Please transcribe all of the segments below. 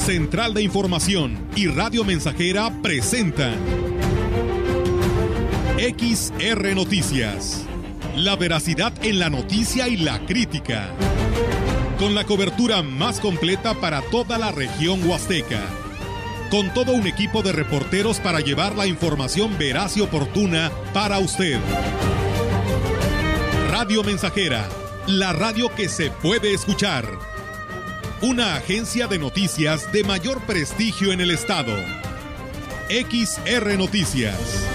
Central de Información y Radio Mensajera presentan XR Noticias. La veracidad en la noticia y la crítica. Con la cobertura más completa para toda la región huasteca. Con todo un equipo de reporteros para llevar la información veraz y oportuna para usted. Radio Mensajera, la radio que se puede escuchar. Una agencia de noticias de mayor prestigio en el estado. XR Noticias.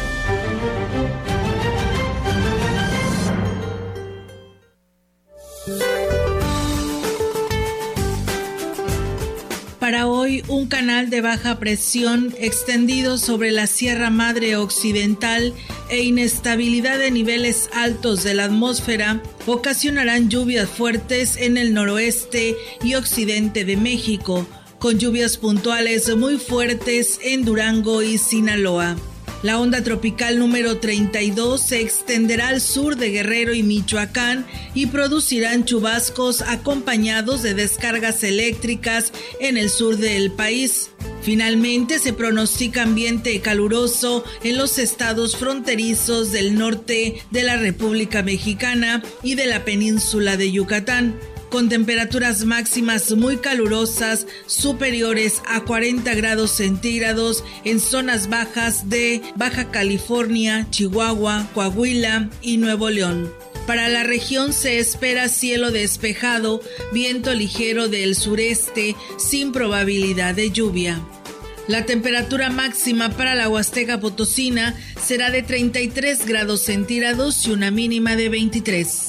Para hoy, un canal de baja presión extendido sobre la Sierra Madre Occidental e inestabilidad de niveles altos de la atmósfera ocasionarán lluvias fuertes en el noroeste y occidente de México, con lluvias puntuales muy fuertes en Durango y Sinaloa. La onda tropical número 32 se extenderá al sur de Guerrero y Michoacán y producirán chubascos acompañados de descargas eléctricas en el sur del país. Finalmente, se pronostica ambiente caluroso en los estados fronterizos del norte de la República Mexicana y de la península de Yucatán, con temperaturas máximas muy calurosas superiores a 40 grados centígrados en zonas bajas de Baja California, Chihuahua, Coahuila y Nuevo León. Para la región se espera cielo despejado, viento ligero del sureste sin probabilidad de lluvia. La temperatura máxima para la Huasteca Potosina será de 33 grados centígrados y una mínima de 23.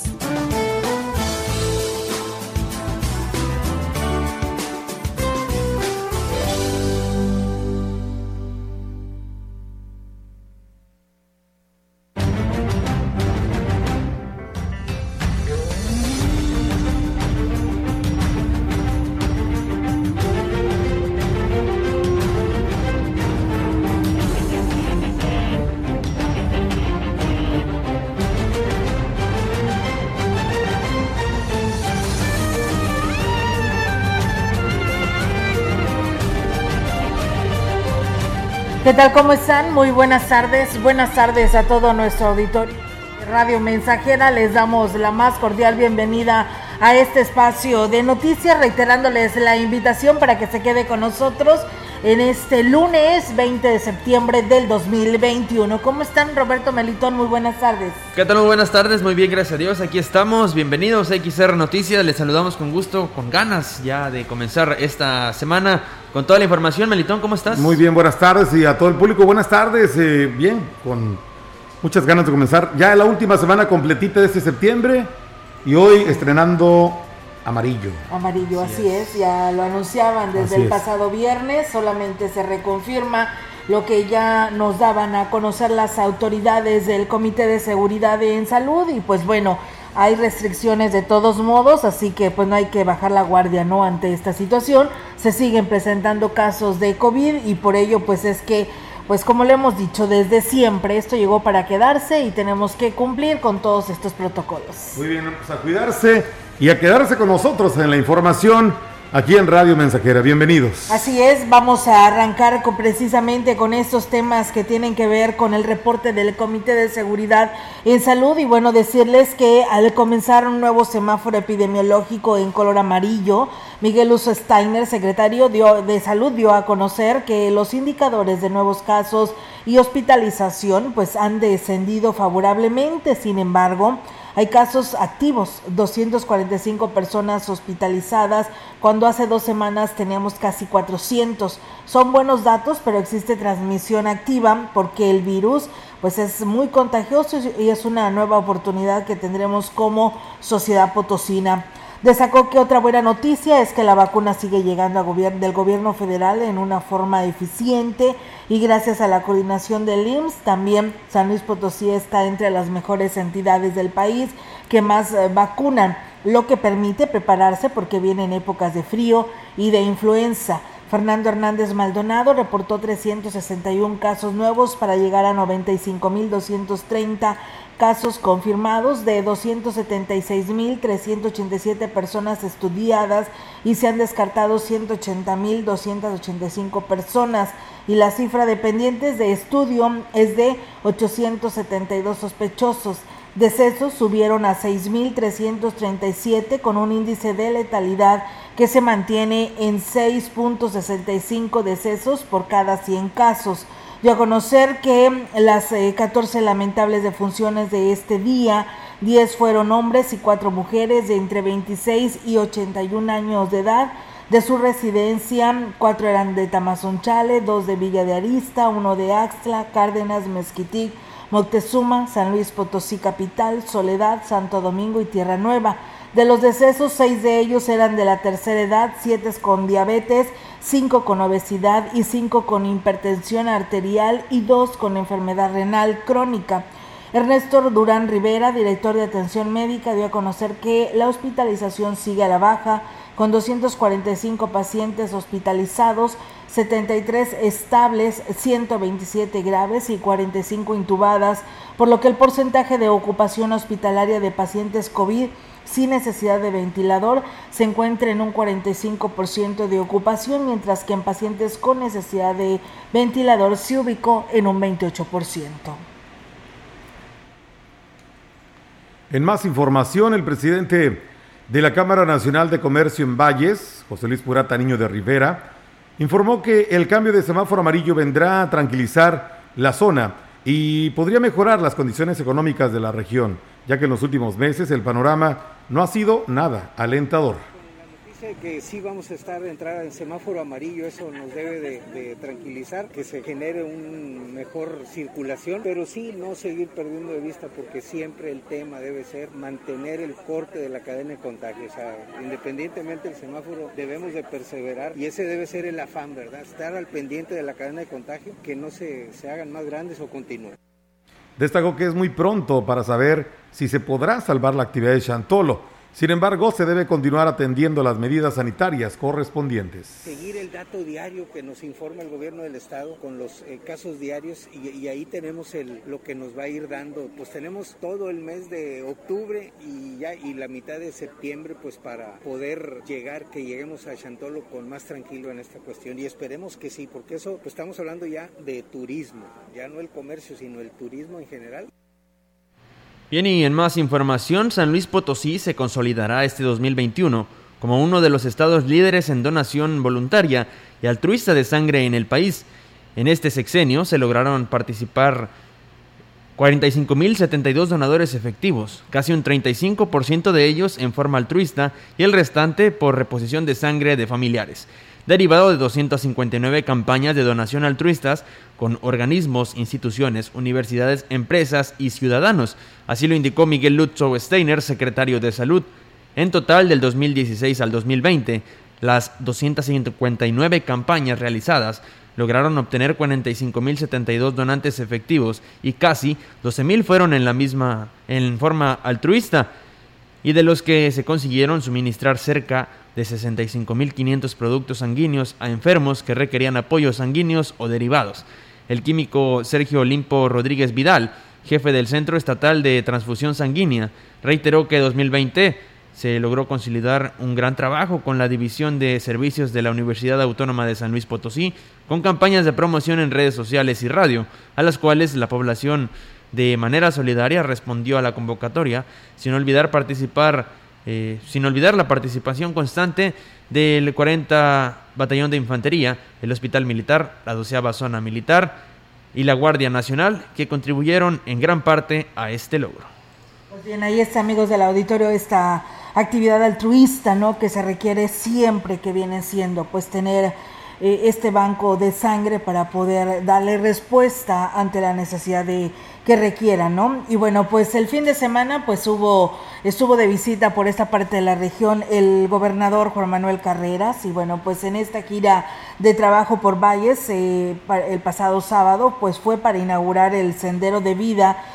¿Qué tal? ¿Cómo están? Muy buenas tardes. Buenas tardes a todo nuestro auditorio de Radio Mensajera. Les damos la más cordial bienvenida a este espacio de noticias, reiterándoles la invitación para que se quede con nosotros en este lunes 20 de septiembre del 2021. ¿Cómo están, Roberto Melitón? Muy buenas tardes. ¿Qué tal? Muy buenas tardes, muy bien, gracias a Dios. Aquí estamos, bienvenidos a XR Noticias. Les saludamos con gusto, con ganas ya de comenzar esta semana con toda la información. Melitón, ¿cómo estás? Muy bien, buenas tardes, y a todo el público, buenas tardes. Bien, con muchas ganas de comenzar ya la última semana completita de este septiembre, y hoy estrenando Amarillo, así es, ya lo anunciaban desde el pasado viernes, solamente se reconfirma lo que ya nos daban a conocer las autoridades del Comité de Seguridad en Salud, y pues bueno, hay restricciones de todos modos, así que pues no hay que bajar la guardia, ¿no? Ante esta situación, se siguen presentando casos de COVID, y por ello pues es que, pues como le hemos dicho desde siempre, esto llegó para quedarse y tenemos que cumplir con todos estos protocolos. Muy bien, pues a cuidarse y a quedarse con nosotros en la información aquí en Radio Mensajera. Bienvenidos. Así es, vamos a arrancar precisamente con estos temas que tienen que ver con el reporte del Comité de Seguridad en Salud, y bueno, decirles que al comenzar un nuevo semáforo epidemiológico en color amarillo, Miguel Uso Steiner, secretario de Salud, dio a conocer que los indicadores de nuevos casos y hospitalización pues han descendido favorablemente. Sin embargo, hay casos activos, 245 personas hospitalizadas, cuando hace 2 semanas teníamos casi 400. Son buenos datos, pero existe transmisión activa porque el virus pues es muy contagioso y es una nueva oportunidad que tendremos como sociedad potosina. Destacó que otra buena noticia es que la vacuna sigue llegando del gobierno federal en una forma eficiente, y gracias a la coordinación del IMSS, también San Luis Potosí está entre las mejores entidades del país que más vacunan, lo que permite prepararse porque vienen épocas de frío y de influenza. Fernando Hernández Maldonado reportó 361 casos nuevos para llegar a 95.230 casos confirmados de 276.387 personas estudiadas y se han descartado 180.285 personas y la cifra de pendientes de estudio es de 872 sospechosos. Decesos subieron a 6.337 con un índice de letalidad que se mantiene en 6.65 decesos por cada 100 casos. Dio a conocer que las 14 lamentables defunciones de este día, 10 fueron hombres y 4 mujeres de entre 26 y 81 años de edad. De su residencia, 4 eran de Tamazunchale, 2 de Villa de Arista, 1 de Axtla, Cárdenas, Mezquitic, Moctezuma, San Luis Potosí Capital, Soledad, Santo Domingo y Tierra Nueva. De los decesos, 6 de ellos eran de la tercera edad, 7 con diabetes, 5 con obesidad y 5 con hipertensión arterial y 2 con enfermedad renal crónica. Ernesto Durán Rivera, director de atención médica, dio a conocer que la hospitalización sigue a la baja, con 245 pacientes hospitalizados, 73 estables, 127 graves y 45 intubadas, por lo que el porcentaje de ocupación hospitalaria de pacientes COVID sin necesidad de ventilador se encuentra en un 45% de ocupación, mientras que en pacientes con necesidad de ventilador se ubicó en un 28%. En más información, el presidente de la Cámara Nacional de Comercio en Valles, José Luis Purata Niño de Rivera, informó que el cambio de semáforo amarillo vendrá a tranquilizar la zona y podría mejorar las condiciones económicas de la región, ya que en los últimos meses el panorama no ha sido nada alentador. Que sí vamos a entrar en semáforo amarillo, eso nos debe de tranquilizar, que se genere una mejor circulación, pero sí no seguir perdiendo de vista, porque siempre el tema debe ser mantener el corte de la cadena de contagio. O sea, independientemente del semáforo, debemos de perseverar y ese debe ser el afán, ¿verdad? Estar al pendiente de la cadena de contagio, que no se hagan más grandes o continúen. Destacó que es muy pronto para saber si se podrá salvar la actividad de Chantolo. Sin embargo, se debe continuar atendiendo las medidas sanitarias correspondientes. Seguir el dato diario que nos informa el gobierno del estado con los casos diarios y ahí tenemos lo que nos va a ir dando. Pues tenemos todo el mes de octubre y la mitad de septiembre pues para poder que lleguemos a Chantolo con más tranquilo en esta cuestión y esperemos que sí, porque eso pues estamos hablando ya de turismo, ya no el comercio sino el turismo en general. Bien, y en más información, San Luis Potosí se consolidará este 2021 como uno de los estados líderes en donación voluntaria y altruista de sangre en el país. En este sexenio se lograron participar 45.072 donadores efectivos, casi un 35% de ellos en forma altruista y el restante por reposición de sangre de familiares, derivado de 259 campañas de donación altruistas con organismos, instituciones, universidades, empresas y ciudadanos. Así lo indicó Miguel Lutzow Steiner, secretario de Salud. En total, del 2016 al 2020, las 259 campañas realizadas lograron obtener 45.072 donantes efectivos y casi 12.000 fueron en forma altruista, y de los que se consiguieron suministrar cerca de 65.500 productos sanguíneos a enfermos que requerían apoyos sanguíneos o derivados. El químico Sergio Olimpo Rodríguez Vidal, jefe del Centro Estatal de Transfusión Sanguínea, reiteró que en 2020 se logró consolidar un gran trabajo con la División de Servicios de la Universidad Autónoma de San Luis Potosí, con campañas de promoción en redes sociales y radio, a las cuales la población de manera solidaria respondió a la convocatoria, sin olvidar la participación constante del 40 Batallón de Infantería, el Hospital Militar, la 12ª Zona Militar y la Guardia Nacional, que contribuyeron en gran parte a este logro. Pues bien, ahí está, amigos del auditorio, esta actividad altruista, ¿no?, que se requiere siempre, que viene siendo pues tener este banco de sangre para poder darle respuesta ante la necesidad que requieran, ¿no? Y bueno, pues el fin de semana pues estuvo de visita por esta parte de la región el gobernador Juan Manuel Carreras, y bueno, pues en esta gira de trabajo por Valles el pasado sábado pues fue para inaugurar el Sendero de Vida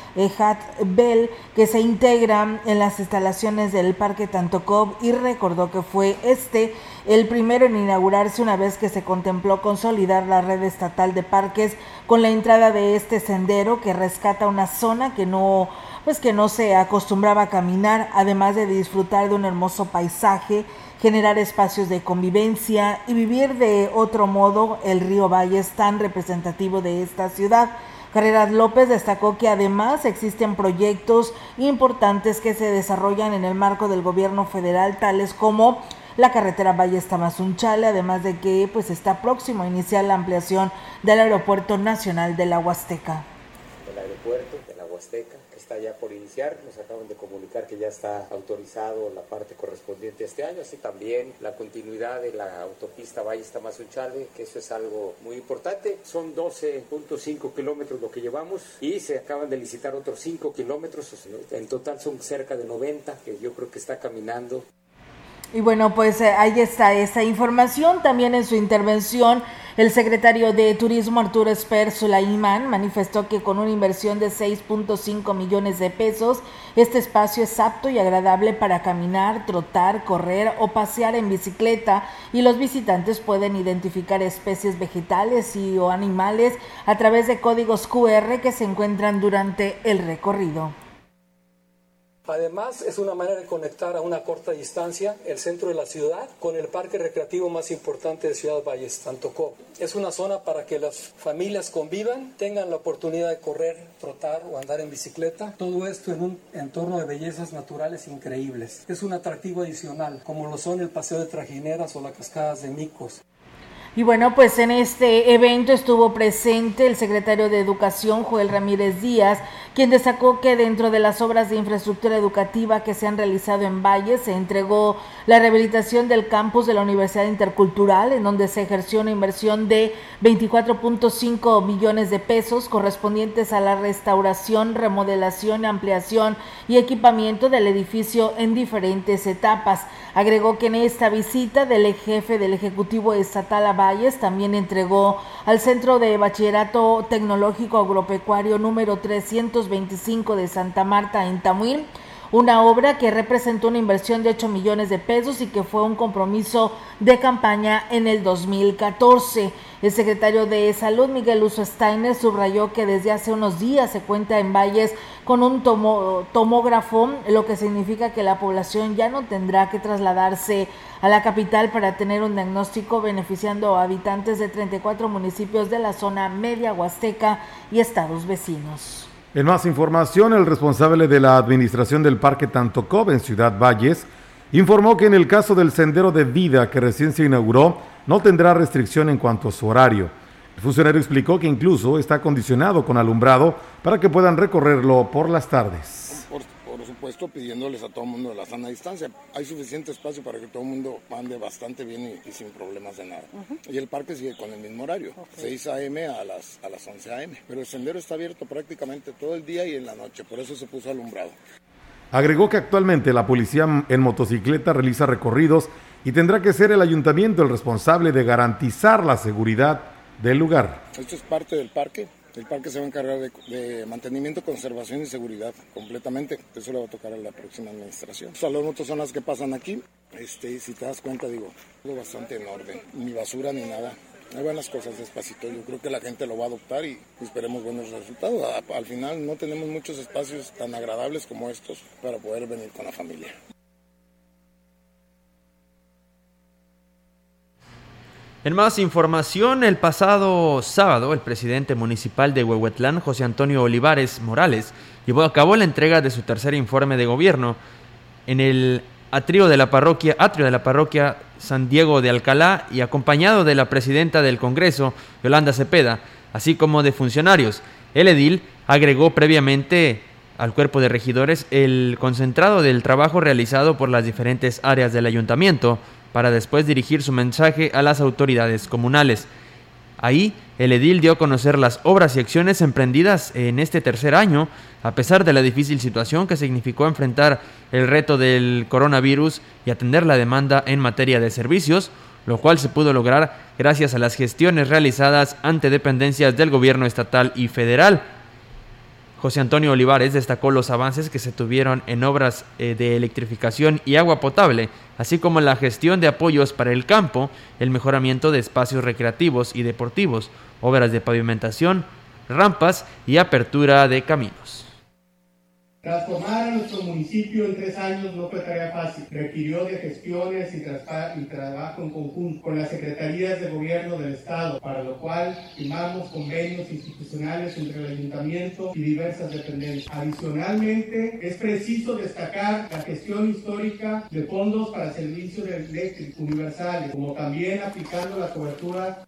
Bell, que se integra en las instalaciones del Parque Tantocob, y recordó que fue el primero en inaugurarse una vez que se contempló consolidar la red estatal de parques con la entrada de este sendero que rescata una zona que no se acostumbraba a caminar, además de disfrutar de un hermoso paisaje, generar espacios de convivencia y vivir de otro modo el río Valles, tan representativo de esta ciudad. Carreras López destacó que además existen proyectos importantes que se desarrollan en el marco del gobierno federal, tales como la carretera Valles-Tamazunchale, además de que está próximo a iniciar la ampliación del Aeropuerto Nacional de la Huasteca. El aeropuerto de la Huasteca, que está ya por iniciar, nos acaban de comunicar que ya está autorizado la parte correspondiente este año, así también la continuidad de la autopista Valles-Tamazunchale, que eso es algo muy importante. Son 12.5 kilómetros lo que llevamos y se acaban de licitar otros 5 kilómetros, en total son cerca de 90, que yo creo que está caminando. Y bueno, ahí está esta información. También en su intervención, el secretario de Turismo, Arturo Esper Sulaimán, manifestó que con una inversión de 6.5 millones de pesos, este espacio es apto y agradable para caminar, trotar, correr o pasear en bicicleta, y los visitantes pueden identificar especies vegetales o animales a través de códigos QR que se encuentran durante el recorrido. Además, es una manera de conectar a una corta distancia el centro de la ciudad con el parque recreativo más importante de Ciudad Valles, Tantocob. Es una zona para que las familias convivan, tengan la oportunidad de correr, trotar o andar en bicicleta. Todo esto en un entorno de bellezas naturales increíbles. Es un atractivo adicional, como lo son el paseo de trajineras o las cascadas de micos. Y bueno, en este evento estuvo presente el secretario de Educación, Joel Ramírez Díaz, quien destacó que dentro de las obras de infraestructura educativa que se han realizado en Valles, se entregó la rehabilitación del campus de la Universidad Intercultural, en donde se ejerció una inversión de 24.5 millones de pesos correspondientes a la restauración, remodelación, ampliación y equipamiento del edificio en diferentes etapas. Agregó que en esta visita del jefe del Ejecutivo Estatal a Valles también entregó al Centro de Bachillerato Tecnológico Agropecuario número 325 de Santa Marta en Tamuín, una obra que representó una inversión de 8 millones de pesos y que fue un compromiso de campaña en el 2014. El secretario de Salud, Miguel Uso Steiner, subrayó que desde hace unos días se cuenta en Valles con un tomógrafo, lo que significa que la población ya no tendrá que trasladarse a la capital para tener un diagnóstico, beneficiando a habitantes de 34 municipios de la zona media huasteca y estados vecinos. En más información, el responsable de la administración del Parque Tantocob en Ciudad Valles informó que en el caso del Sendero de Vida que recién se inauguró, no tendrá restricción en cuanto a su horario. El funcionario explicó que incluso está acondicionado con alumbrado para que puedan recorrerlo por las tardes. Por supuesto, pidiéndoles a todo el mundo la sana distancia. Hay suficiente espacio para que todo el mundo ande bastante bien y sin problemas de nada. Y el parque sigue con el mismo horario, 6 a.m. a las 11 a.m. Pero el sendero está abierto prácticamente todo el día y en la noche, por eso se puso alumbrado. Agregó que actualmente la policía en motocicleta realiza recorridos y tendrá que ser el ayuntamiento el responsable de garantizar la seguridad del lugar. Esto es parte del parque. El parque se va a encargar de mantenimiento, conservación y seguridad completamente. Eso le va a tocar a la próxima administración. O sea, las motos son las que pasan aquí. Si te das cuenta, todo bastante en orden. Ni basura ni nada. Hay buenas cosas despacito. Yo creo que la gente lo va a adoptar y esperemos buenos resultados. Al final no tenemos muchos espacios tan agradables como estos para poder venir con la familia. En más información, el pasado sábado, el presidente municipal de Huehuetlán, José Antonio Olivares Morales, llevó a cabo la entrega de su tercer informe de gobierno en el atrio de la parroquia San Diego de Alcalá y acompañado de la presidenta del Congreso, Yolanda Cepeda, así como de funcionarios. El edil agregó previamente al cuerpo de regidores el concentrado del trabajo realizado por las diferentes áreas del ayuntamiento, para después dirigir su mensaje a las autoridades comunales. Ahí, el edil dio a conocer las obras y acciones emprendidas en este tercer año, a pesar de la difícil situación que significó enfrentar el reto del coronavirus y atender la demanda en materia de servicios, lo cual se pudo lograr gracias a las gestiones realizadas ante dependencias del gobierno estatal y federal. José Antonio Olivares destacó los avances que se tuvieron en obras de electrificación y agua potable, así como la gestión de apoyos para el campo, el mejoramiento de espacios recreativos y deportivos, obras de pavimentación, rampas y apertura de caminos. Transformar a nuestro municipio en 3 años no fue tarea fácil. Requirió de gestiones y trabajo en conjunto con las secretarías de gobierno del Estado, para lo cual firmamos convenios institucionales entre el ayuntamiento y diversas dependencias. Adicionalmente, es preciso destacar la gestión histórica de fondos para servicios eléctricos universales, como también aplicando la cobertura.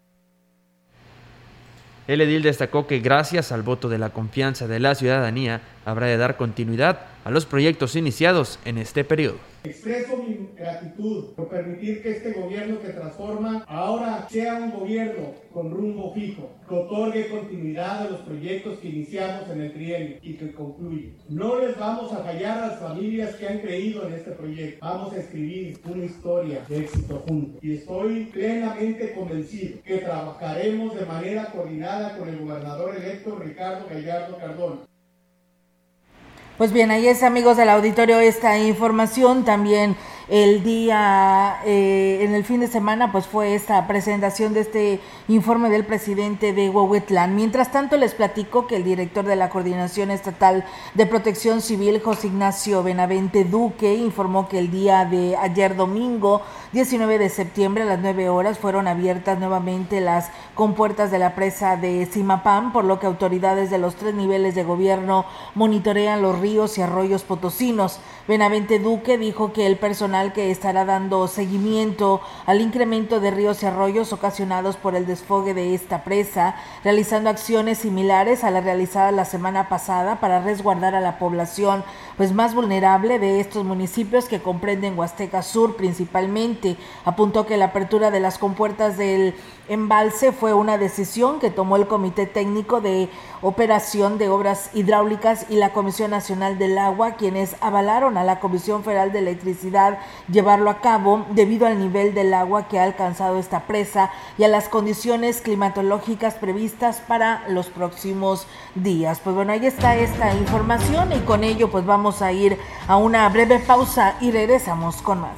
El edil destacó que gracias al voto de la confianza de la ciudadanía habrá de dar continuidad a los proyectos iniciados en este periodo. Expreso mi gratitud por permitir que este gobierno que transforma ahora sea un gobierno con rumbo fijo, que otorgue continuidad a los proyectos que iniciamos en el trienio y que concluye. No les vamos a fallar a las familias que han creído en este proyecto. Vamos a escribir una historia de éxito juntos. Y estoy plenamente convencido que trabajaremos de manera coordinada con el gobernador electo Ricardo Gallardo Cardona. Pues bien, ahí es, amigos del auditorio, esta información. También el día, en el fin de semana, pues fue esta presentación de este informe del presidente de Huehuetlán. Mientras tanto, les platico que el director de la Coordinación Estatal de Protección Civil, José Ignacio Benavente Duque, informó que el día de ayer domingo, 19 de septiembre, a las 9 horas, fueron abiertas nuevamente las compuertas de la presa de Zimapán, por lo que autoridades de los 3 niveles de gobierno monitorean los ríos y arroyos potosinos. Benavente Duque dijo que el personal que estará dando seguimiento al incremento de ríos y arroyos ocasionados por el desfogue de esta presa, realizando acciones similares a las realizadas la semana pasada para resguardar a la población pues más vulnerable de estos municipios que comprenden Huasteca Sur principalmente. Apuntó que la apertura de las compuertas del embalse fue una decisión que tomó el Comité Técnico de Operación de Obras Hidráulicas y la Comisión Nacional del Agua, quienes avalaron a la Comisión Federal de Electricidad llevarlo a cabo debido al nivel del agua que ha alcanzado esta presa y a las condiciones climatológicas previstas para los próximos días. Pues bueno, ahí está esta información y con ello pues vamos a ir a una breve pausa y regresamos con más.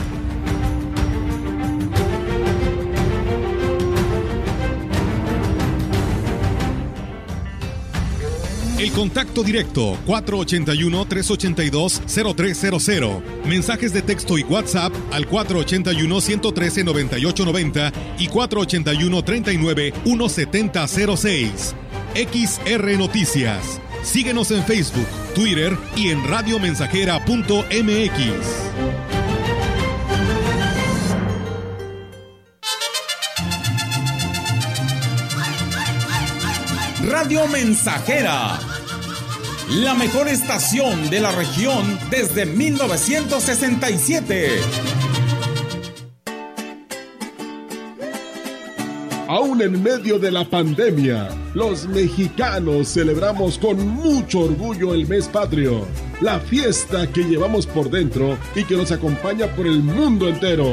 El contacto directo 481-382-0300. Mensajes de texto y WhatsApp al 481-113-9890 y 481-39-1706. XR Noticias. Síguenos en Facebook, Twitter y en radiomensajera.mx. Radio Mensajera, la mejor estación de la región desde 1967. Aún en medio de la pandemia, los mexicanos celebramos con mucho orgullo el mes patrio, la fiesta que llevamos por dentro y que nos acompaña por el mundo entero.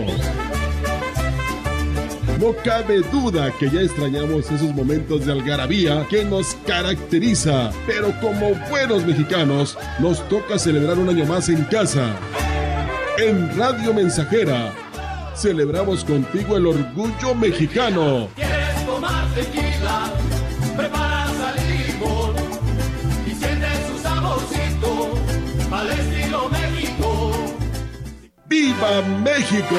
No cabe duda que ya extrañamos esos momentos de algarabía que nos caracteriza, pero como buenos mexicanos nos toca celebrar un año más en casa. En Radio Mensajera celebramos contigo el orgullo mexicano. ¿Quieres tomar tequila? Prepara al limón y siente su saborcito al estilo México. ¡Viva México!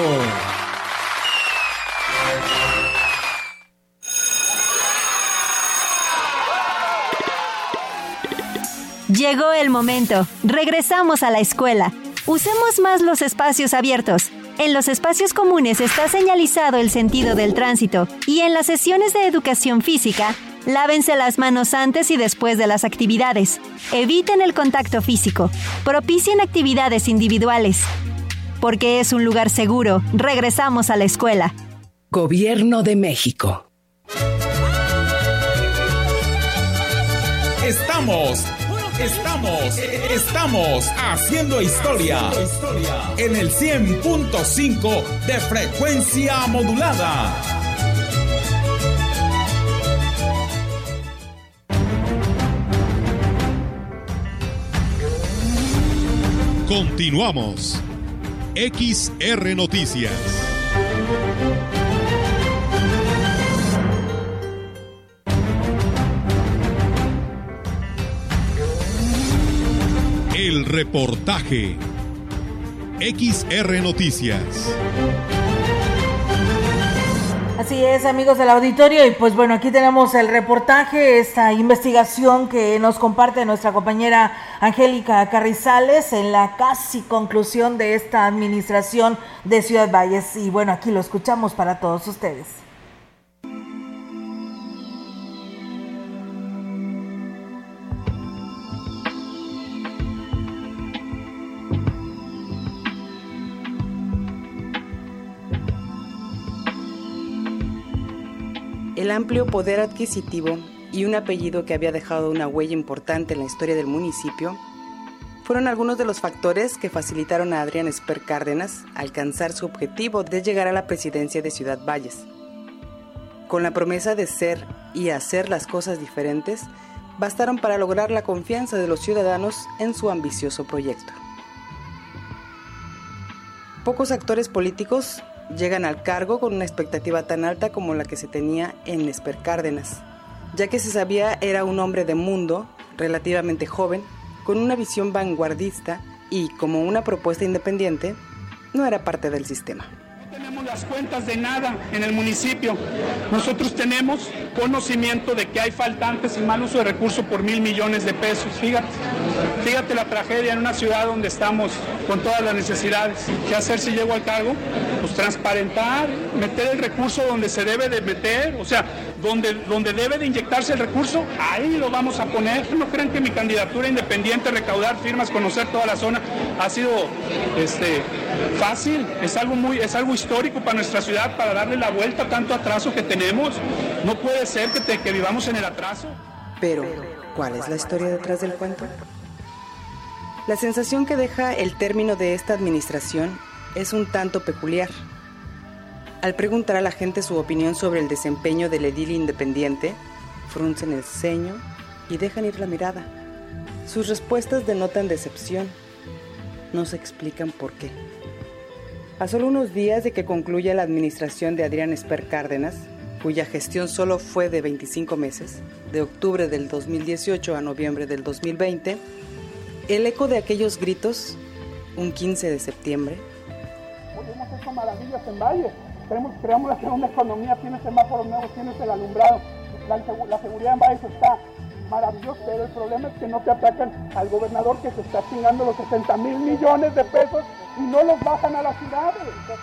Llegó el momento. Regresamos a la escuela. Usemos más los espacios abiertos. En los espacios comunes está señalizado el sentido del tránsito y en las sesiones de educación física, lávense las manos antes y después de las actividades. Eviten el contacto físico. Propicien actividades individuales. Porque es un lugar seguro, regresamos a la escuela. Gobierno de México. Estamos haciendo historia en el 100.5 de frecuencia modulada. Continuamos. XR Noticias. El reportaje. XR Noticias. Así es, amigos del auditorio, y pues bueno, aquí tenemos el reportaje, esta investigación que nos comparte nuestra compañera Angélica Carrizales en la casi conclusión de esta administración de Ciudad Valles, y bueno, aquí lo escuchamos para todos ustedes. El amplio poder adquisitivo y un apellido que había dejado una huella importante en la historia del municipio fueron algunos de los factores que facilitaron a Adrián Esper Cárdenas alcanzar su objetivo de llegar a la presidencia de Ciudad Valles. Con la promesa de ser y hacer las cosas diferentes, bastaron para lograr la confianza de los ciudadanos en su ambicioso proyecto. Pocos actores políticos llegan al cargo con una expectativa tan alta como la que se tenía en Esper Cárdenas, ya que se sabía era un hombre de mundo, relativamente joven, con una visión vanguardista y, como una propuesta independiente, no era parte del sistema. No tenemos las cuentas de nada en el municipio. Nosotros tenemos conocimiento de que hay faltantes y mal uso de recursos por 1,000 millones de pesos. Fíjate la tragedia en una ciudad donde estamos con todas las necesidades. ¿Qué hacer si llego al cargo? Pues transparentar, meter el recurso donde se debe de meter, o sea, donde debe de inyectarse el recurso, ahí lo vamos a poner. ¿No creen que mi candidatura independiente, recaudar firmas, conocer toda la zona, ha sido fácil? Es algo histórico para nuestra ciudad, para darle la vuelta a tanto atraso que tenemos. No puede ser que vivamos en el atraso. Pero, ¿cuál es la historia detrás del cuento? La sensación que deja el término de esta administración es un tanto peculiar. Al preguntar a la gente su opinión sobre el desempeño del edil independiente, fruncen el ceño y dejan ir la mirada. Sus respuestas denotan decepción. No se explican por qué. A solo unos días de que concluya la administración de Adrián Esper Cárdenas, cuya gestión solo fue de 25 meses, de octubre del 2018 a noviembre del 2020, el eco de aquellos gritos, un 15 de septiembre. Hoy hemos hecho maravillas en Valle. Creamos la segunda economía, tienes semáforos nuevos, tienes el alumbrado, la seguridad en Valle está maravilloso, pero el problema es que no te atacan al gobernador que se está chingando los 60,000 millones de pesos y no los bajan a las ciudades.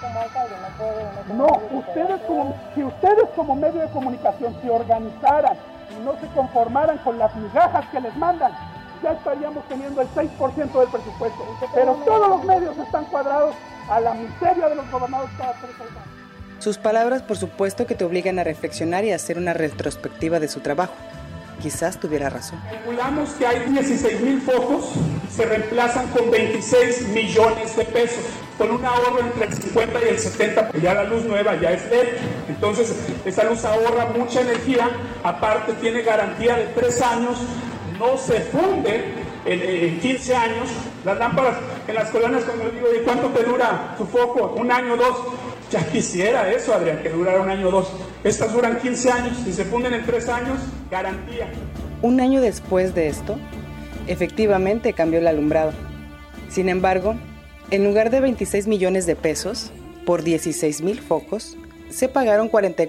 No, si ustedes como medio de comunicación se organizaran y no se conformaran con las migajas que les mandan, ya estaríamos teniendo el 6% del presupuesto. Pero todos los medios están cuadrados a la miseria de los gobernados cada 3 años. Sus palabras, por supuesto, que te obligan a reflexionar y a hacer una retrospectiva de su trabajo. Quizás tuviera razón. Calculamos que hay 16,000 focos, se reemplazan con 26 millones de pesos, con un ahorro entre el 50 y el 70, porque ya la luz nueva ya es LED. Entonces, esa luz ahorra mucha energía, aparte tiene garantía de 3 años, no se funde en 15 años. Las lámparas en las colonias, cuando les digo, ¿de cuánto te dura tu foco? ¿1 año o 2? Ya quisiera eso, Adrián, que durara 1 año o 2. Estas duran 15 años, si se funden en 3 años, garantía. Un año después de esto, efectivamente cambió el alumbrado. Sin embargo, en lugar de 26 millones de pesos, por 16,000 focos, se pagaron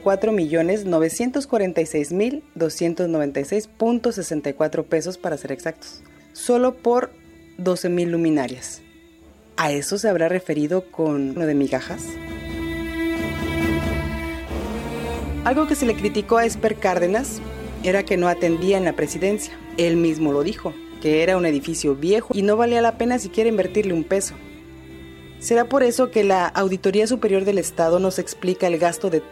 44,946,296.64 pesos para ser exactos, solo por 12,000 luminarias. ¿A eso se habrá referido con lo de migajas? Algo que se le criticó a Esper Cárdenas era que no atendía en la presidencia. Él mismo lo dijo, que era un edificio viejo y no valía la pena siquiera invertirle un peso. Será por eso que la Auditoría Superior del Estado nos explica el gasto de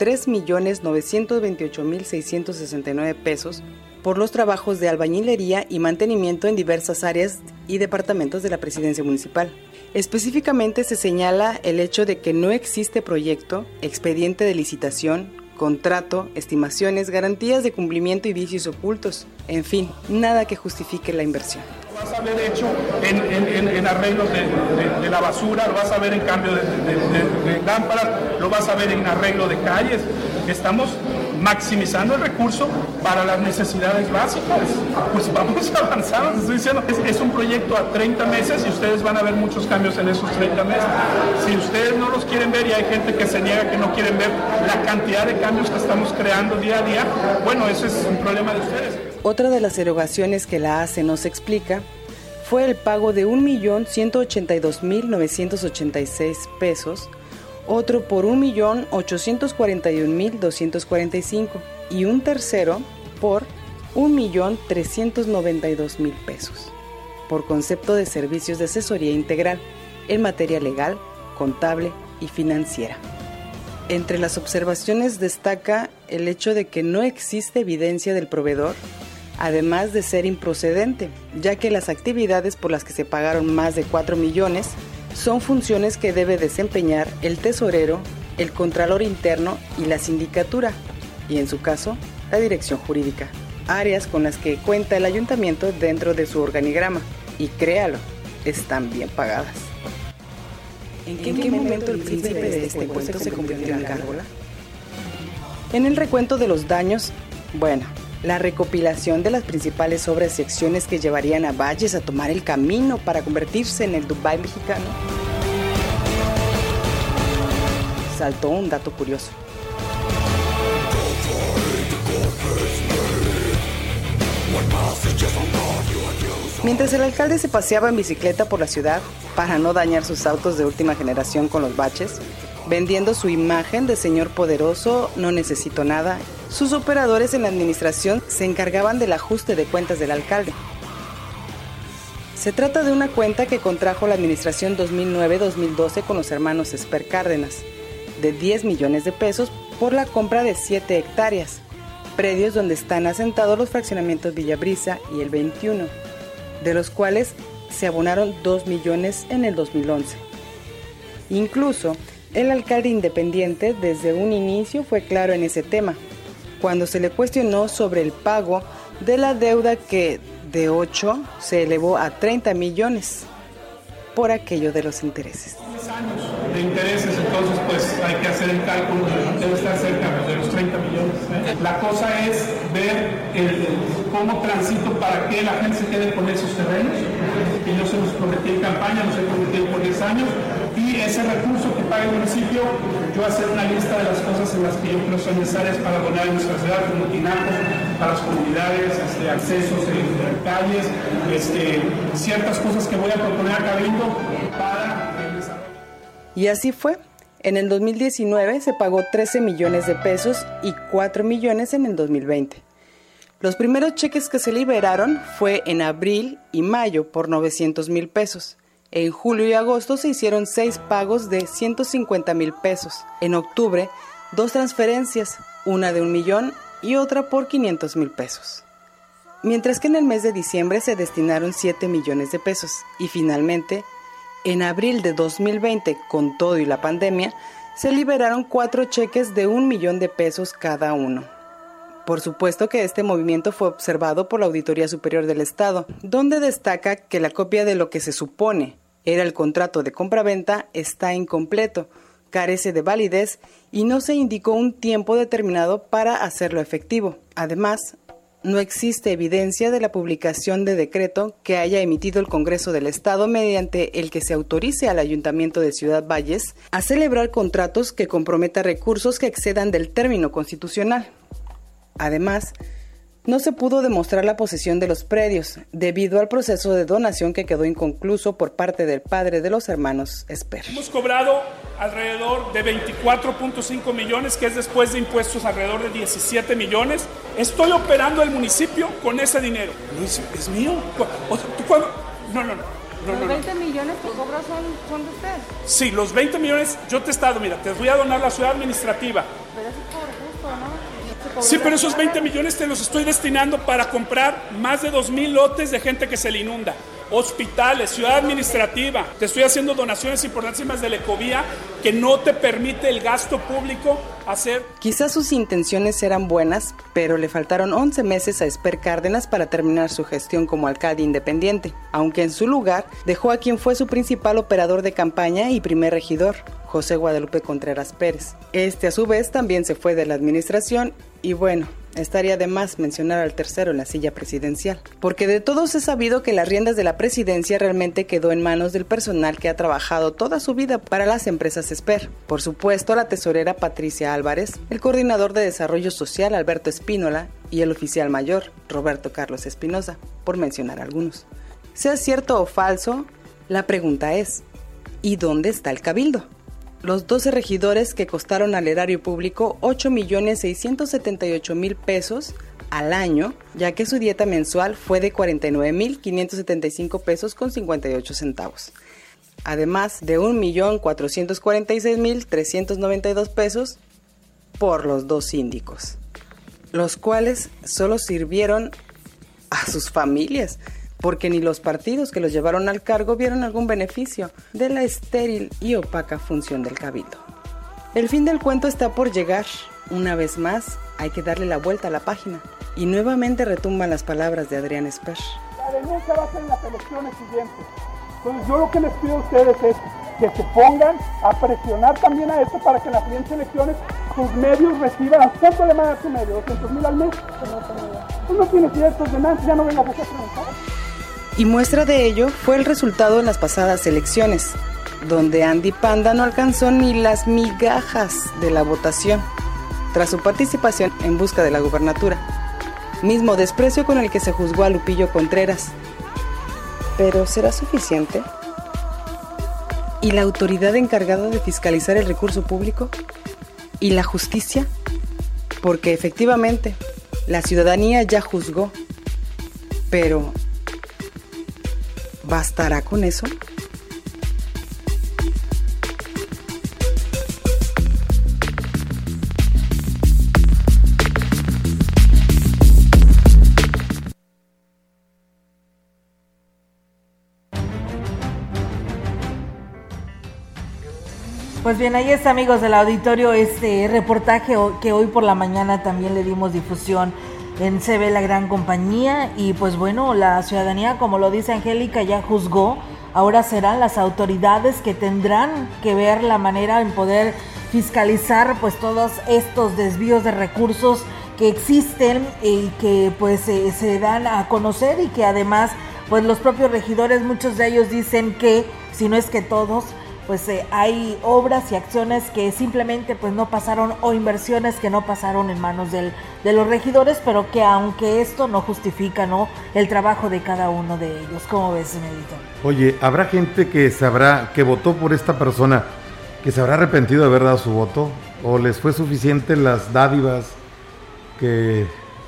3,928,669 pesos por los trabajos de albañilería y mantenimiento en diversas áreas y departamentos de la presidencia municipal. Específicamente se señala el hecho de que no existe proyecto, expediente de licitación, contrato, estimaciones, garantías de cumplimiento y vicios ocultos. En fin, nada que justifique la inversión. vas a ver hecho en arreglos de la basura, lo vas a ver en cambio de lámparas, lo vas a ver en arreglo de calles. Estamos maximizando el recurso para las necesidades básicas. Pues vamos avanzando, estoy diciendo, es un proyecto a 30 meses y ustedes van a ver muchos cambios en esos 30 meses. Si ustedes no los quieren ver y hay gente que se niega, que no quieren ver la cantidad de cambios que estamos creando día a día, bueno, ese es un problema de ustedes. Otra de las erogaciones que la ACE nos explica fue el pago de 1.182.986 pesos, otro por 1.841.245 y un tercero por 1.392.000 pesos, por concepto de servicios de asesoría integral en materia legal, contable y financiera. Entre las observaciones destaca el hecho de que no existe evidencia del proveedor, además de ser improcedente, ya que las actividades por las que se pagaron más de 4 millones son funciones que debe desempeñar el tesorero, el contralor interno y la sindicatura, y en su caso, la dirección jurídica, áreas con las que cuenta el ayuntamiento dentro de su organigrama, y créalo, están bien pagadas. ¿En qué momento el príncipe de este cuento se convirtió en gárgola? En el recuento de los daños, bueno, la recopilación de las principales obras y acciones que llevarían a Valles a tomar el camino para convertirse en el Dubái mexicano, saltó un dato curioso. Mientras el alcalde se paseaba en bicicleta por la ciudad para no dañar sus autos de última generación con los baches, vendiendo su imagen de señor poderoso, no necesito nada, sus operadores en la administración se encargaban del ajuste de cuentas del alcalde. Se trata de una cuenta que contrajo la administración 2009-2012 con los hermanos Esper Cárdenas, de 10 millones de pesos por la compra de 7 hectáreas, predios donde están asentados los fraccionamientos Villabrisa y el 21, de los cuales se abonaron 2 millones en el 2011. Incluso, el alcalde independiente desde un inicio fue claro en ese tema, cuando se le cuestionó sobre el pago de la deuda que de 8 se elevó a 30 millones por aquello de los intereses. 10 años de intereses, entonces pues hay que hacer el cálculo, debe estar cerca de los 30 millones. La cosa es ver cómo transito para que la gente se quede con esos terrenos, que yo se los prometí en campaña, los he prometido por 10 años, y ese recurso que paga el municipio, yo hacer una lista de las cosas en las que yo creo son necesarias para donar en nuestra ciudad, como tinacos, para las comunidades, accesos en calles, ciertas cosas que voy a proponer a Cabildo para el desarrollo. Y así fue. En el 2019 se pagó 13 millones de pesos y 4 millones en el 2020. Los primeros cheques que se liberaron fue en abril y mayo por 900,000 pesos. En julio y agosto se hicieron 6 pagos de 150,000 pesos. En octubre, 2 transferencias, una de 1 millón y otra por 500,000 pesos. Mientras que en el mes de diciembre se destinaron 7 millones de pesos. Y finalmente, en abril de 2020, con todo y la pandemia, se liberaron 4 cheques de 1 millón de pesos cada uno. Por supuesto que este movimiento fue observado por la Auditoría Superior del Estado, donde destaca que la copia de lo que se supone era el contrato de compraventa está incompleto, carece de validez y no se indicó un tiempo determinado para hacerlo efectivo. Además, no existe evidencia de la publicación de decreto que haya emitido el Congreso del Estado mediante el que se autorice al Ayuntamiento de Ciudad Valles a celebrar contratos que comprometan recursos que excedan del término constitucional. Además, no se pudo demostrar la posesión de los predios debido al proceso de donación que quedó inconcluso por parte del padre de los hermanos Esper. Hemos cobrado alrededor de 24.5 millones, que es después de impuestos alrededor de 17 millones. Estoy operando el municipio con ese dinero. No es mío. No. ¿Los 20 millones que cobras son de usted? Sí, los 20 millones, yo te he estado, mira, te voy a donar la ciudad administrativa. Pero eso es por gusto, ¿no? Sí, pero esos 20 millones te los estoy destinando para comprar más de 2,000 lotes de gente que se le inunda. hospitales, ciudad administrativa. Te estoy haciendo donaciones importantísimas de la Ecovía que no te permite el gasto público hacer. Quizás sus intenciones eran buenas, pero le faltaron 11 meses a Esper Cárdenas para terminar su gestión como alcalde independiente, aunque en su lugar dejó a quien fue su principal operador de campaña y primer regidor, José Guadalupe Contreras Pérez. Este a su vez también se fue de la administración y bueno, estaría de más mencionar al tercero en la silla presidencial, porque de todos es sabido que las riendas de la presidencia realmente quedó en manos del personal que ha trabajado toda su vida para las empresas Esper. Por supuesto, la tesorera Patricia Álvarez, el coordinador de desarrollo social Alberto Espínola y el oficial mayor Roberto Carlos Espinosa, por mencionar algunos. Sea cierto o falso, la pregunta es, ¿y dónde está el cabildo? Los 12 regidores que costaron al erario público 8,678,000 pesos al año, ya que su dieta mensual fue de 49,575 pesos con 58 centavos. Además de 1,446,392 pesos por los 2 síndicos, los cuales solo sirvieron a sus familias, porque ni los partidos que los llevaron al cargo vieron algún beneficio de la estéril y opaca función del cabildo. El fin del cuento está por llegar. Una vez más, hay que darle la vuelta a la página. Y nuevamente retumban las palabras de Adrián Esper. La denuncia va a ser en las elecciones siguientes. Entonces yo lo que les pido a ustedes es que se pongan a presionar también a esto para que en las siguientes elecciones sus medios reciban. ¿Cuánto le mandan a tu medio? ¿200,000 al mes? Pues no tienes directos de nada, ya no vengas a preguntar. Y muestra de ello fue el resultado en las pasadas elecciones, donde Andy Panda no alcanzó ni las migajas de la votación, tras su participación en busca de la gubernatura, mismo desprecio con el que se juzgó a Lupillo Contreras. ¿Pero será suficiente? ¿Y la autoridad encargada de fiscalizar el recurso público? ¿Y la justicia? Porque efectivamente, la ciudadanía ya juzgó, pero ¿bastará con eso? Pues bien, ahí está, amigos del auditorio, este reportaje que hoy por la mañana también le dimos difusión en CB La Gran Compañía. Y pues bueno, la ciudadanía, como lo dice Angélica, ya juzgó. Ahora serán las autoridades que tendrán que ver la manera en poder fiscalizar pues todos estos desvíos de recursos que existen y que pues se dan a conocer, y que además pues los propios regidores, muchos de ellos dicen que, si no es que todos, pues hay obras y acciones que simplemente pues no pasaron, o inversiones que no pasaron en manos de los regidores, pero que aunque esto no justifica, ¿no?, el trabajo de cada uno de ellos. ¿Cómo ves, Medito? Oye, ¿habrá gente que votó por esta persona, que se habrá arrepentido de haber dado su voto? ¿O les fue suficiente las dádivas que...?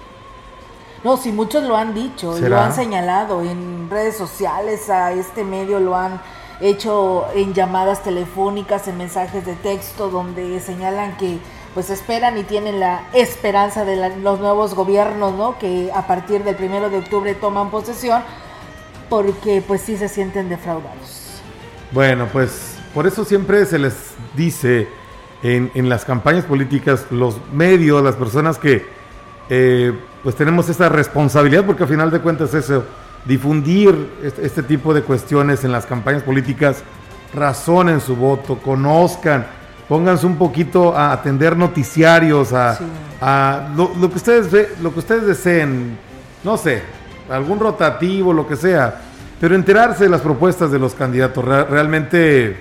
No, si muchos lo han dicho, ¿será? Lo han señalado en redes sociales, a este medio lo han hecho en llamadas telefónicas, en mensajes de texto, donde señalan que pues esperan y tienen la esperanza de los nuevos gobiernos, ¿no?, que a partir del 1 de octubre toman posesión, porque pues sí se sienten defraudados. Bueno, pues por eso siempre se les dice en las campañas políticas, los medios, las personas que pues tenemos esa responsabilidad, porque al final de cuentas eso, difundir este tipo de cuestiones en las campañas políticas, razonen su voto, conozcan, pónganse un poquito a atender noticiarios, a lo que ustedes deseen, no sé, algún rotativo, lo que sea, pero enterarse de las propuestas de los candidatos. Realmente,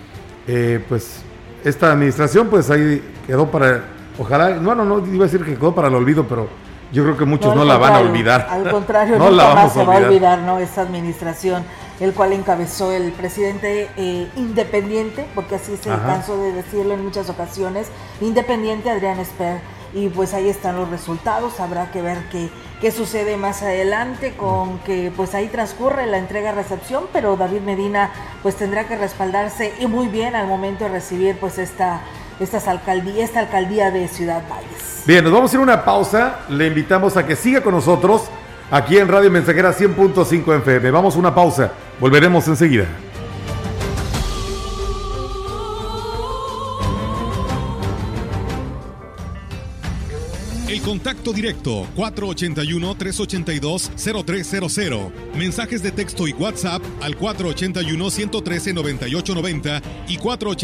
pues esta administración pues ahí quedó para, ojalá, no iba a decir que quedó para el olvido, pero yo creo que muchos no la van a olvidar. Al contrario, no nunca más se va a olvidar, ¿no?, esta administración, el cual encabezó el presidente independiente, porque así se cansó de decirlo en muchas ocasiones, independiente Adrián Esper. Y pues ahí están los resultados. Habrá que ver qué sucede más adelante, con que pues ahí transcurre la entrega-recepción, pero David Medina pues tendrá que respaldarse, y muy bien, al momento de recibir pues esta alcaldía de Ciudad Valles. Bien, nos vamos a ir a una pausa. Le invitamos a que siga con nosotros aquí en Radio Mensajera 100.5 FM. Vamos a una pausa, volveremos enseguida. El contacto directo 481-382-0300. Mensajes de texto y WhatsApp al 481-113-9890 y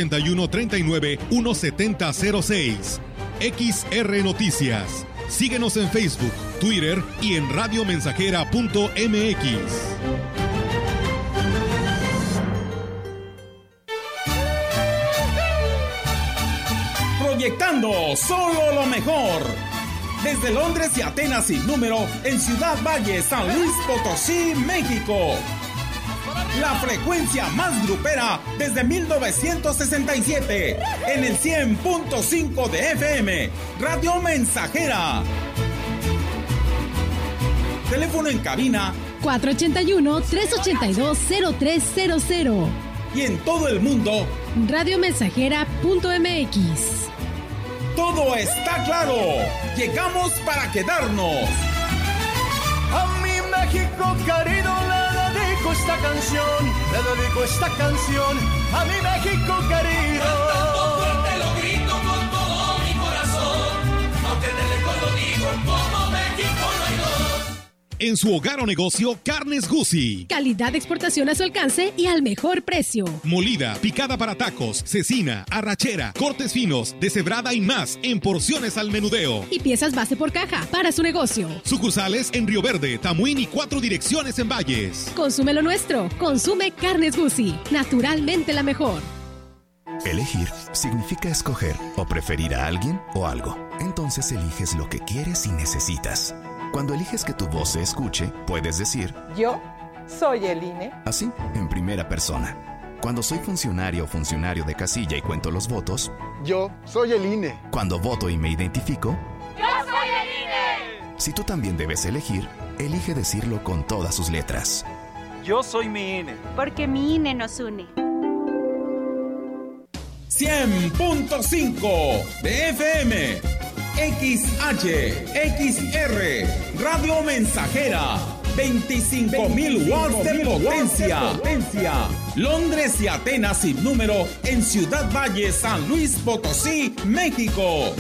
481-39-1706. XR Noticias. Síguenos en Facebook, Twitter y en radiomensajera.mx. Proyectando solo lo mejor. Desde Londres y Atenas sin número, en Ciudad Valle, San Luis Potosí, México. La frecuencia más grupera desde 1967, en el 100.5 de FM, Radio Mensajera. Teléfono en cabina 481-382-0300. Y en todo el mundo, radiomensajera.mx. Todo está claro. Llegamos para quedarnos. A mi México querido le dedico esta canción. Le dedico esta canción a mi México querido. Cantando fuerte lo grito con todo mi corazón. Aunque de lejos lo digo, como México no hay dos. En su hogar o negocio, Carnes Guzzi. Calidad de exportación a su alcance y al mejor precio. Molida, picada para tacos, cecina, arrachera, cortes finos, deshebrada y más en porciones al menudeo. Y piezas base por caja para su negocio. Sucursales en Río Verde, Tamuín y 4 direcciones en Valles. Consume lo nuestro. Consume Carnes Guzzi. Naturalmente la mejor. Elegir significa escoger o preferir a alguien o algo. Entonces eliges lo que quieres y necesitas. Cuando eliges que tu voz se escuche, puedes decir: yo soy el INE. Así, en primera persona. Cuando soy funcionario o funcionario de casilla y cuento los votos, yo soy el INE. Cuando voto y me identifico, yo soy el INE. Si tú también debes elegir, elige decirlo con todas sus letras. Yo soy mi INE. Porque mi INE nos une. 100.5 de FM. XH, XR, Radio Mensajera, 25.000 watts de potencia. Londres y Atenas sin número, en Ciudad Valle, San Luis Potosí, México.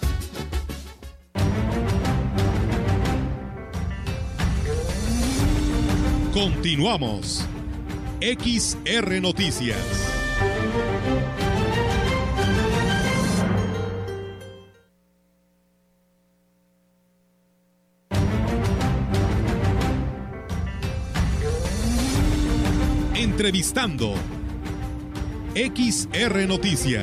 Continuamos. XR Noticias. Entrevistando. XR Noticias.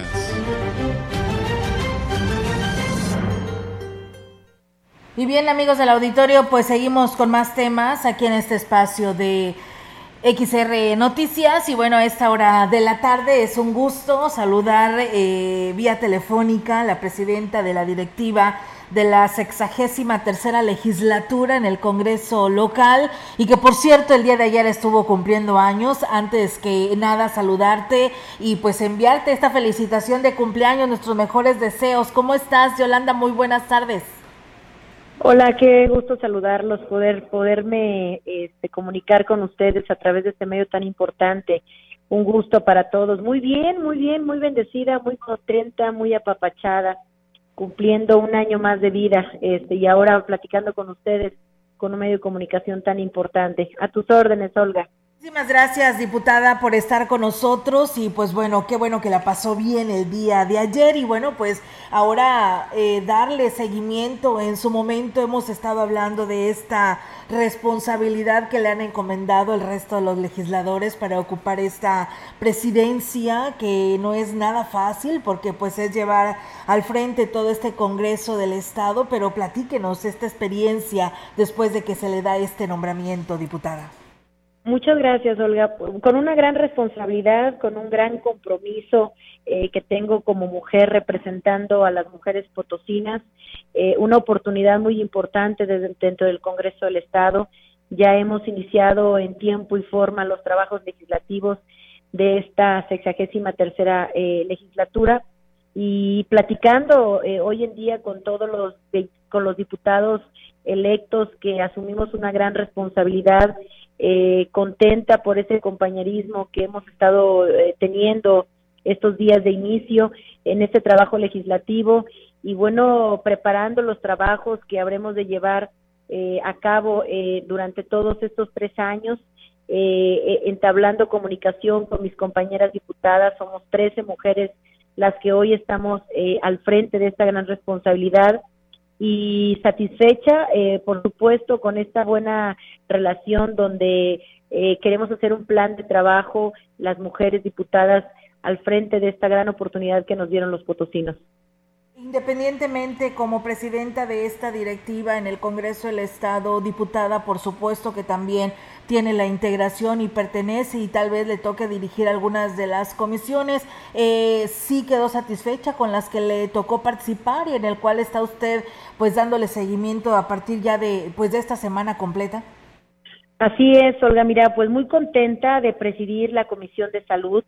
Y bien, amigos del auditorio, pues seguimos con más temas aquí en este espacio de XR Noticias. Y bueno, a esta hora de la tarde es un gusto saludar vía telefónica a la presidenta de la directiva de la 63ª legislatura en el Congreso local, y que por cierto el día de ayer estuvo cumpliendo años. Antes que nada, saludarte y pues enviarte esta felicitación de cumpleaños, nuestros mejores deseos. ¿Cómo estás, Yolanda? Muy buenas tardes. Hola, qué gusto saludarlos, poderme comunicar con ustedes a través de este medio tan importante. Un gusto para todos. Muy bien, muy bendecida, muy contenta, muy apapachada, cumpliendo un año más de vida, y ahora platicando con ustedes con un medio de comunicación tan importante. A tus órdenes, Olga. Muchísimas gracias, diputada, por estar con nosotros, y pues bueno, qué bueno que la pasó bien el día de ayer. Y bueno, pues ahora darle seguimiento. En su momento hemos estado hablando de esta responsabilidad que le han encomendado el resto de los legisladores para ocupar esta presidencia, que no es nada fácil porque pues es llevar al frente todo este Congreso del Estado. Pero platíquenos esta experiencia después de que se le da este nombramiento, diputada. Muchas gracias, Olga. Con una gran responsabilidad, con un gran compromiso que tengo como mujer representando a las mujeres potosinas, una oportunidad muy importante dentro del Congreso del Estado. Ya hemos iniciado en tiempo y forma los trabajos legislativos de esta 63ª legislatura, y platicando hoy en día con con los diputados electos que asumimos una gran responsabilidad, contenta por ese compañerismo que hemos estado teniendo estos días de inicio en este trabajo legislativo y bueno, preparando los trabajos que habremos de llevar a cabo durante todos estos 3 años, entablando comunicación con mis compañeras diputadas. Somos 13 mujeres las que hoy estamos al frente de esta gran responsabilidad y satisfecha, por supuesto, con esta buena relación donde queremos hacer un plan de trabajo, las mujeres diputadas al frente de esta gran oportunidad que nos dieron los potosinos. Independientemente, como presidenta de esta directiva en el Congreso del Estado, diputada, por supuesto que también tiene la integración y pertenece y tal vez le toque dirigir algunas de las comisiones, sí quedó satisfecha con las que le tocó participar y en el cual está usted pues dándole seguimiento a partir ya de esta semana completa. Así es, Olga, mira, pues muy contenta de presidir la Comisión de Salud,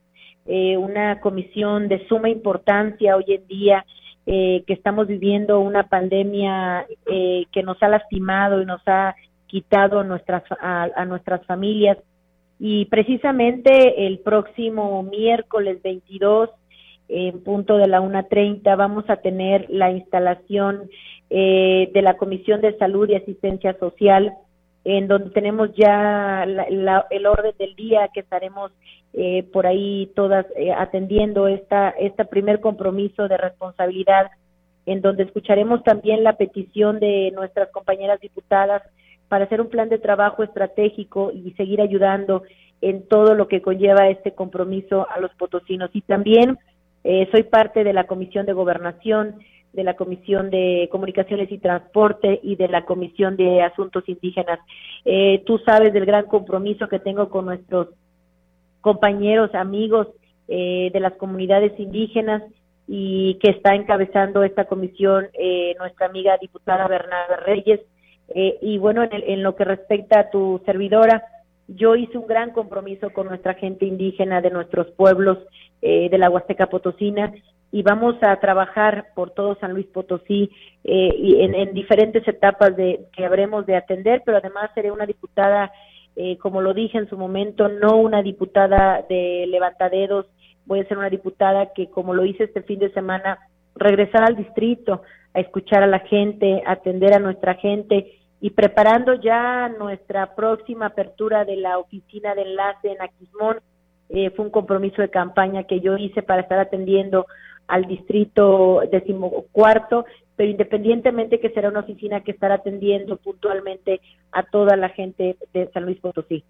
una comisión de suma importancia hoy en día, que estamos viviendo una pandemia que nos ha lastimado y nos ha quitado a nuestras familias, y precisamente el próximo miércoles 22 en punto de la 1:30 vamos a tener la instalación de la Comisión de Salud y Asistencia Social, en donde tenemos ya el orden del día que estaremos por ahí todas atendiendo este primer compromiso de responsabilidad, en donde escucharemos también la petición de nuestras compañeras diputadas para hacer un plan de trabajo estratégico y seguir ayudando en todo lo que conlleva este compromiso a los potosinos. Y también soy parte de la Comisión de Gobernación, de la Comisión de Comunicaciones y Transporte y de la Comisión de Asuntos Indígenas. Tú sabes del gran compromiso que tengo con nuestros compañeros, amigos de las comunidades indígenas, y que está encabezando esta comisión nuestra amiga diputada Bernarda Reyes. Y bueno, en lo que respecta a tu servidora, yo hice un gran compromiso con nuestra gente indígena de nuestros pueblos de la Huasteca Potosina, y vamos a trabajar por todo San Luis Potosí y en diferentes etapas que habremos de atender, pero además seré una diputada, como lo dije en su momento, no una diputada de levantadedos. Voy a ser una diputada que, como lo hice este fin de semana, regresar al distrito, a escuchar a la gente, a atender a nuestra gente, y preparando ya nuestra próxima apertura de la oficina de enlace en Aquismón. Fue un compromiso de campaña que yo hice para estar atendiendo al distrito 14, pero independientemente que será una oficina que estará atendiendo puntualmente a toda la gente de San Luis Potosí.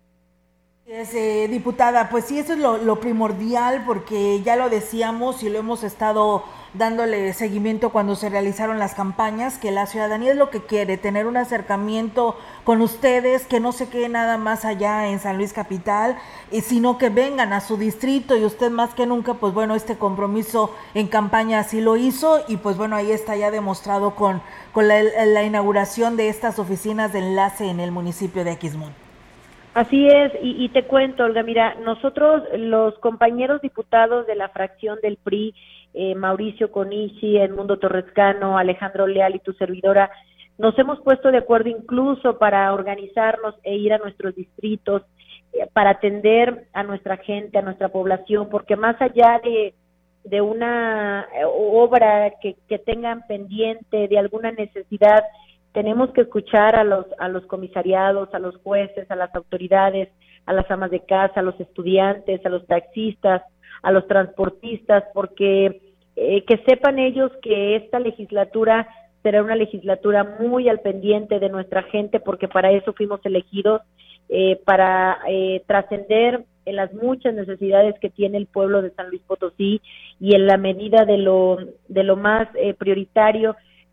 Diputada, pues sí, eso es lo primordial, porque ya lo decíamos y lo hemos estado dándole seguimiento cuando se realizaron las campañas, que la ciudadanía es lo que quiere, tener un acercamiento con ustedes, que no se quede nada más allá en San Luis Capital, sino que vengan a su distrito, y usted más que nunca, pues bueno, este compromiso en campaña así lo hizo, y pues bueno, ahí está ya demostrado con la inauguración de estas oficinas de enlace en el municipio de Aquismón. Así es, y te cuento, Olga, mira, nosotros, los compañeros diputados de la fracción del PRI, Mauricio Conichi, Edmundo Torrescano, Alejandro Leal y tu servidora, nos hemos puesto de acuerdo incluso para organizarnos e ir a nuestros distritos, para atender a nuestra gente, a nuestra población, porque más allá de una obra que tengan pendiente, de alguna necesidad, tenemos que escuchar a los comisariados, a los jueces, a las autoridades, a las amas de casa, a los estudiantes, a los taxistas, a los transportistas, porque que sepan ellos que esta legislatura será una legislatura muy al pendiente de nuestra gente, porque para eso fuimos elegidos, para trascender en las muchas necesidades que tiene el pueblo de San Luis Potosí, y en la medida de lo más prioritario,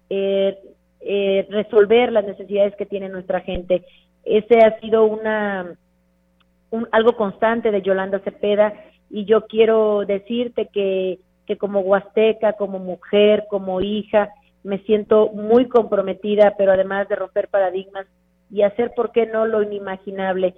resolver las necesidades que tiene nuestra gente. Ese ha sido algo constante de Yolanda Cepeda, y yo quiero decirte que como huasteca, como mujer, como hija, me siento muy comprometida, pero además de romper paradigmas y hacer, ¿por qué no?, lo inimaginable,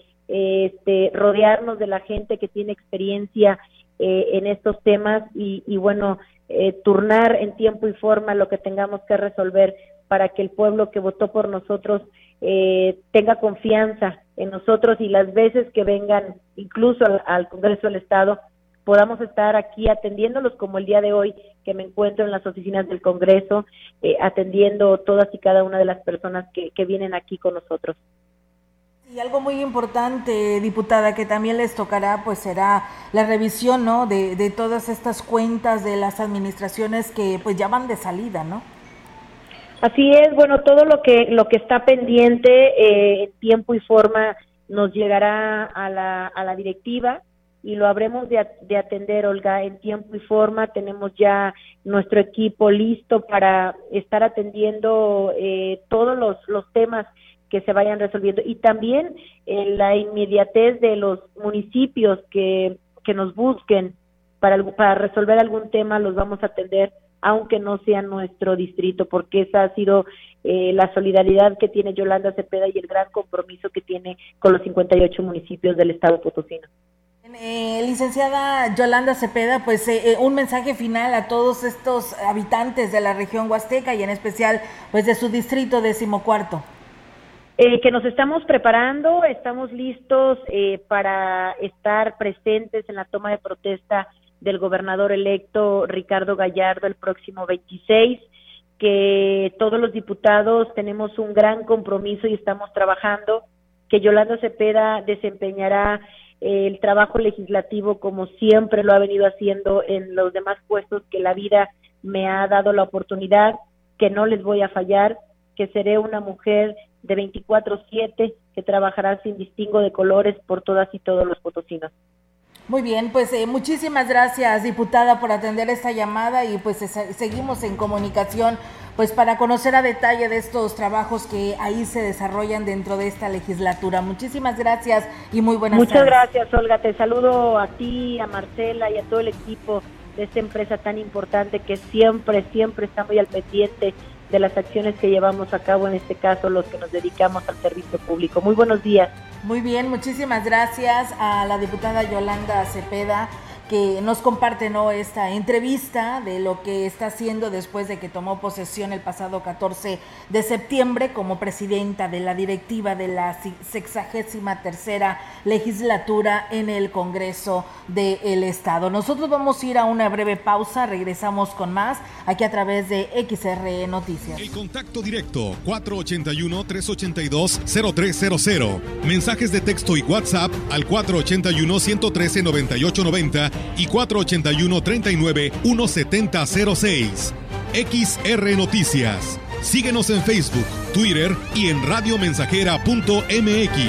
rodearnos de la gente que tiene experiencia en estos temas, y bueno, turnar en tiempo y forma lo que tengamos que resolver para que el pueblo que votó por nosotros tenga confianza en nosotros, y las veces que vengan incluso al Congreso del Estado podamos estar aquí atendiéndolos, como el día de hoy que me encuentro en las oficinas del Congreso, atendiendo todas y cada una de las personas que vienen aquí con nosotros. Y algo muy importante, diputada, que también les tocará, pues será la revisión, ¿no?, de todas estas cuentas de las administraciones que pues ya van de salida, ¿no? Así es, bueno, todo lo que está pendiente en tiempo y forma nos llegará a la directiva y lo habremos de atender, Olga, en tiempo y forma. Tenemos ya nuestro equipo listo para estar atendiendo todos los temas que se vayan resolviendo, y también la inmediatez de los municipios que nos busquen para resolver algún tema, los vamos a atender, aunque no sea nuestro distrito, porque esa ha sido la solidaridad que tiene Yolanda Cepeda y el gran compromiso que tiene con los 58 municipios del estado potosino. Licenciada Yolanda Cepeda, pues un mensaje final a todos estos habitantes de la región huasteca y en especial pues de su distrito 14º. Que nos estamos preparando, estamos listos para estar presentes en la toma de protesta del gobernador electo Ricardo Gallardo el próximo 26, que todos los diputados tenemos un gran compromiso y estamos trabajando, que Yolanda Cepeda desempeñará el trabajo legislativo como siempre lo ha venido haciendo en los demás puestos que la vida me ha dado la oportunidad, que no les voy a fallar, que seré una mujer de 24/7 que trabajará sin distingo de colores por todas y todos los potosinos. Muy bien, pues muchísimas gracias, diputada, por atender esta llamada, y pues seguimos en comunicación pues para conocer a detalle de estos trabajos que ahí se desarrollan dentro de esta legislatura. Muchísimas gracias y muy buenas tardes. Muchas gracias, Olga. Te saludo a ti, a Marcela y a todo el equipo de esta empresa tan importante que siempre está muy al pendiente de las acciones que llevamos a cabo, en este caso los que nos dedicamos al servicio público. Muy buenos días. Muy bien, muchísimas gracias a la diputada Yolanda Cepeda, que nos comparte, ¿no?, esta entrevista de lo que está haciendo después de que tomó posesión el pasado 14 de septiembre como presidenta de la directiva de la 63ª legislatura en el Congreso del Estado. Nosotros vamos a ir a una breve pausa, regresamos con más aquí a través de XR Noticias. El contacto directo 481-382-0300. Mensajes de texto y WhatsApp al 481-113-9890 y 481-39-1706. XR Noticias. Síguenos en Facebook, Twitter y en radiomensajera.mx.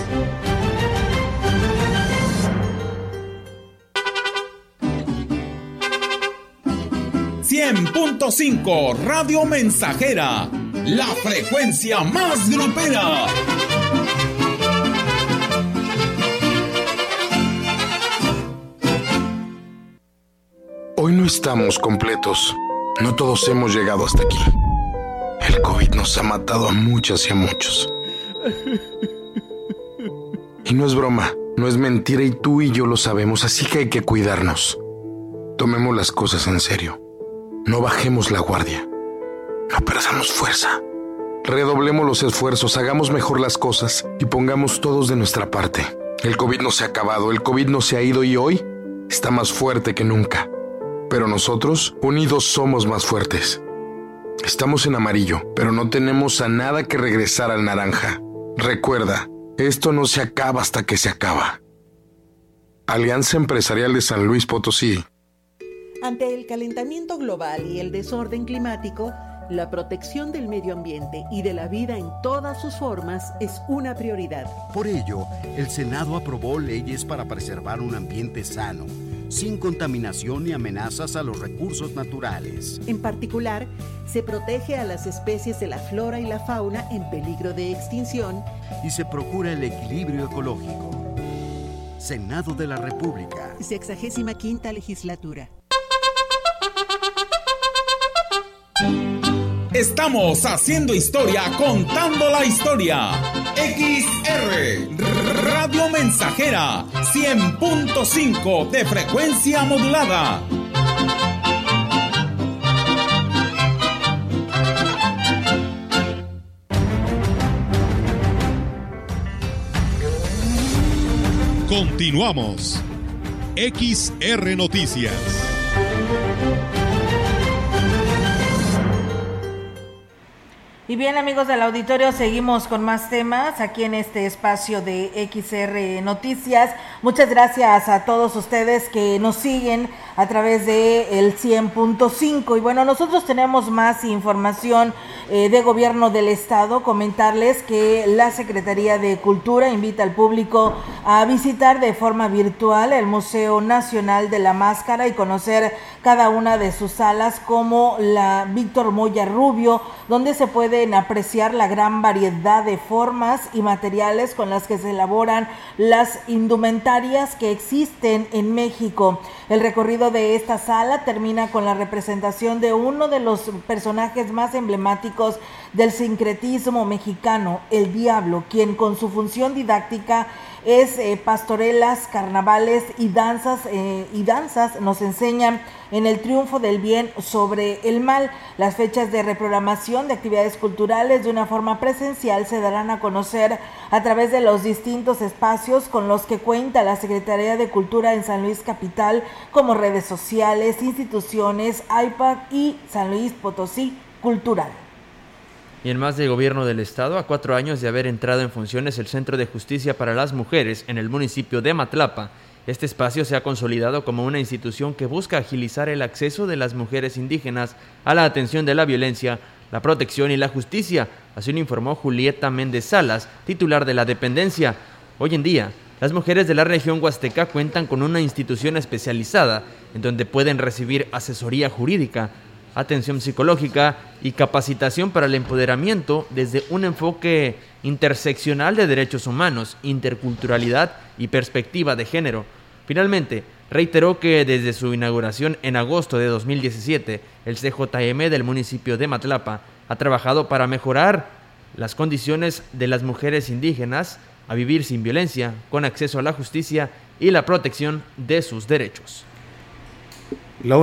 100.5 Radio Mensajera, la frecuencia más grupera. Hoy no estamos completos. No todos hemos llegado hasta aquí. El COVID nos ha matado a muchas y a muchos. Y no es broma, no es mentira, y tú y yo lo sabemos, así que hay que cuidarnos. Tomemos las cosas en serio. No bajemos la guardia. No perdamos fuerza. Redoblemos los esfuerzos, hagamos mejor las cosas y pongamos todos de nuestra parte. El COVID no se ha acabado, el COVID no se ha ido y hoy está más fuerte que nunca. Pero nosotros, unidos, somos más fuertes. Estamos en amarillo, pero no tenemos a nada que regresar al naranja. Recuerda, esto no se acaba hasta que se acaba. Alianza Empresarial de San Luis Potosí. Ante el calentamiento global y el desorden climático, la protección del medio ambiente y de la vida en todas sus formas es una prioridad. Por ello, el Senado aprobó leyes para preservar un ambiente sano, sin contaminación ni amenazas a los recursos naturales. En particular, se protege a las especies de la flora y la fauna en peligro de extinción y se procura el equilibrio ecológico. Senado de la República. 65ª Legislatura. Estamos haciendo historia, contando la historia. XR Radio Mensajera 100.5 de frecuencia modulada. Continuamos. XR Noticias. Y bien, amigos del auditorio, seguimos con más temas aquí en este espacio de XR Noticias. Muchas gracias a todos ustedes que nos siguen a través de el 100.5. Y bueno, nosotros tenemos más información de Gobierno del Estado. Comentarles que la Secretaría de Cultura invita al público a visitar de forma virtual el Museo Nacional de la Máscara y conocer cada una de sus salas, como la Víctor Moya Rubio, donde se pueden apreciar la gran variedad de formas y materiales con las que se elaboran las indumentarias que existen en México. El recorrido de esta sala termina con la representación de uno de los personajes más emblemáticos del sincretismo mexicano, el Diablo, quien con su función didáctica es pastorelas, carnavales y danzas nos enseñan en el triunfo del bien sobre el mal. Las fechas de reprogramación de actividades culturales de una forma presencial se darán a conocer a través de los distintos espacios con los que cuenta la Secretaría de Cultura en San Luis Capital, como redes sociales, instituciones, iPad y San Luis Potosí Cultural. Y en más de Gobierno del Estado, a 4 años de haber entrado en funciones el Centro de Justicia para las Mujeres en el municipio de Matlapa, este espacio se ha consolidado como una institución que busca agilizar el acceso de las mujeres indígenas a la atención de la violencia, la protección y la justicia. Así lo informó Julieta Méndez Salas, titular de la dependencia. Hoy en día, las mujeres de la región huasteca cuentan con una institución especializada en donde pueden recibir asesoría jurídica, atención psicológica y capacitación para el empoderamiento desde un enfoque interseccional de derechos humanos, interculturalidad y perspectiva de género. Finalmente, reiteró que desde su inauguración en agosto de 2017, el CJM del municipio de Matlapa ha trabajado para mejorar las condiciones de las mujeres indígenas a vivir sin violencia, con acceso a la justicia y la protección de sus derechos. La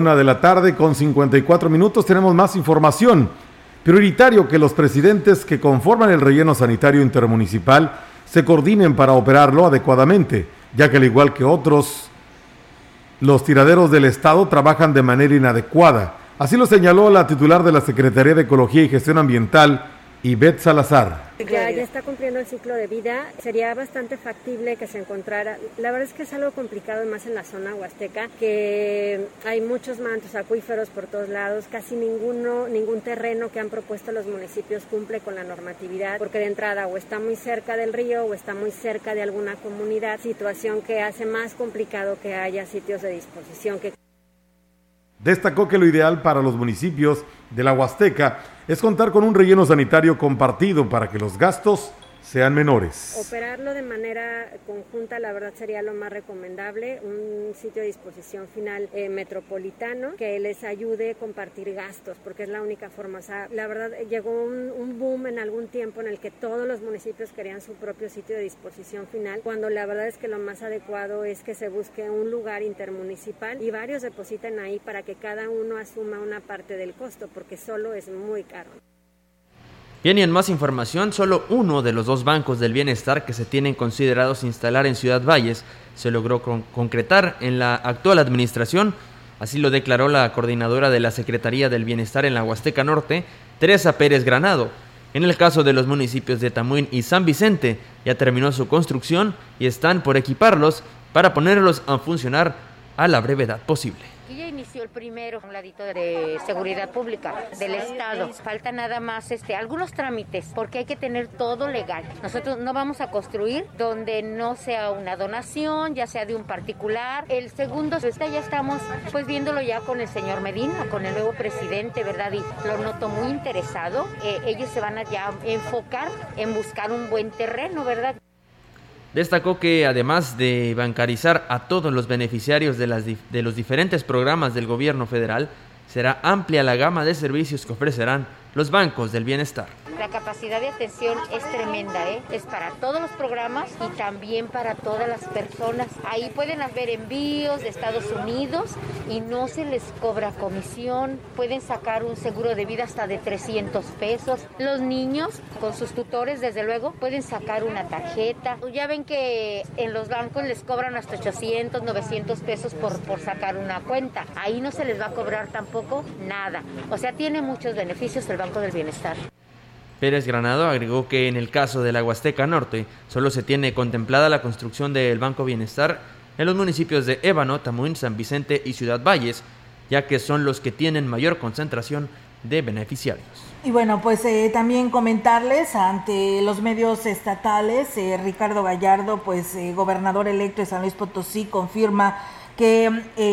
1:54 p.m. tenemos más información. Prioritario que los presidentes que conforman el relleno sanitario intermunicipal se coordinen para operarlo adecuadamente, ya que al igual que otros, los tiraderos del Estado trabajan de manera inadecuada. Así lo señaló la titular de la Secretaría de Ecología y Gestión Ambiental, Ivette Salazar. Ya está cumpliendo el ciclo de vida, sería bastante factible que se encontrara. La verdad es que es algo complicado, más en la zona huasteca, que hay muchos mantos acuíferos por todos lados, casi ningún terreno que han propuesto los municipios cumple con la normatividad, porque de entrada o está muy cerca del río o está muy cerca de alguna comunidad, situación que hace más complicado que haya sitios de disposición que... Destacó que lo ideal para los municipios de la Huasteca es contar con un relleno sanitario compartido para que los gastos sean menores. Operarlo de manera conjunta, la verdad sería lo más recomendable, un sitio de disposición final metropolitano que les ayude a compartir gastos, porque es la única forma. O sea, la verdad llegó un boom en algún tiempo en el que todos los municipios querían su propio sitio de disposición final, cuando la verdad es que lo más adecuado es que se busque un lugar intermunicipal y varios depositen ahí para que cada uno asuma una parte del costo, porque solo es muy caro. Bien, y en más información, solo uno de los 2 bancos del bienestar que se tienen considerados instalar en Ciudad Valles se logró concretar en la actual administración. Así lo declaró la coordinadora de la Secretaría del Bienestar en la Huasteca Norte, Teresa Pérez Granado. En el caso de los municipios de Tamuín y San Vicente, ya terminó su construcción y están por equiparlos para ponerlos a funcionar a la brevedad posible. Y ya inició el primero, un ladito de seguridad pública del Estado. Falta nada más algunos trámites, porque hay que tener todo legal. Nosotros no vamos a construir donde no sea una donación, ya sea de un particular. El segundo, ya estamos pues viéndolo ya con el señor Medina, con el nuevo presidente, ¿verdad? Y lo noto muy interesado. Ellos se van a ya enfocar en buscar un buen terreno, ¿verdad? Destacó que además de bancarizar a todos los beneficiarios de los diferentes programas del gobierno federal, será amplia la gama de servicios que ofrecerán los bancos del bienestar. La capacidad de atención es tremenda, es para todos los programas y también para todas las personas. Ahí pueden haber envíos de Estados Unidos y no se les cobra comisión. Pueden sacar un seguro de vida hasta de 300 pesos. Los niños con sus tutores, desde luego, pueden sacar una tarjeta. Ya ven que en los bancos les cobran hasta 800, 900 pesos por sacar una cuenta. Ahí no se les va a cobrar tampoco nada. O sea, tiene muchos beneficios el Banco del Bienestar. Pérez Granado agregó que en el caso de la Huasteca Norte solo se tiene contemplada la construcción del Banco Bienestar en los municipios de Ébano, Tamuín, San Vicente y Ciudad Valles, ya que son los que tienen mayor concentración de beneficiarios. Y bueno, pues también comentarles ante los medios estatales, Ricardo Gallardo, pues gobernador electo de San Luis Potosí, confirma que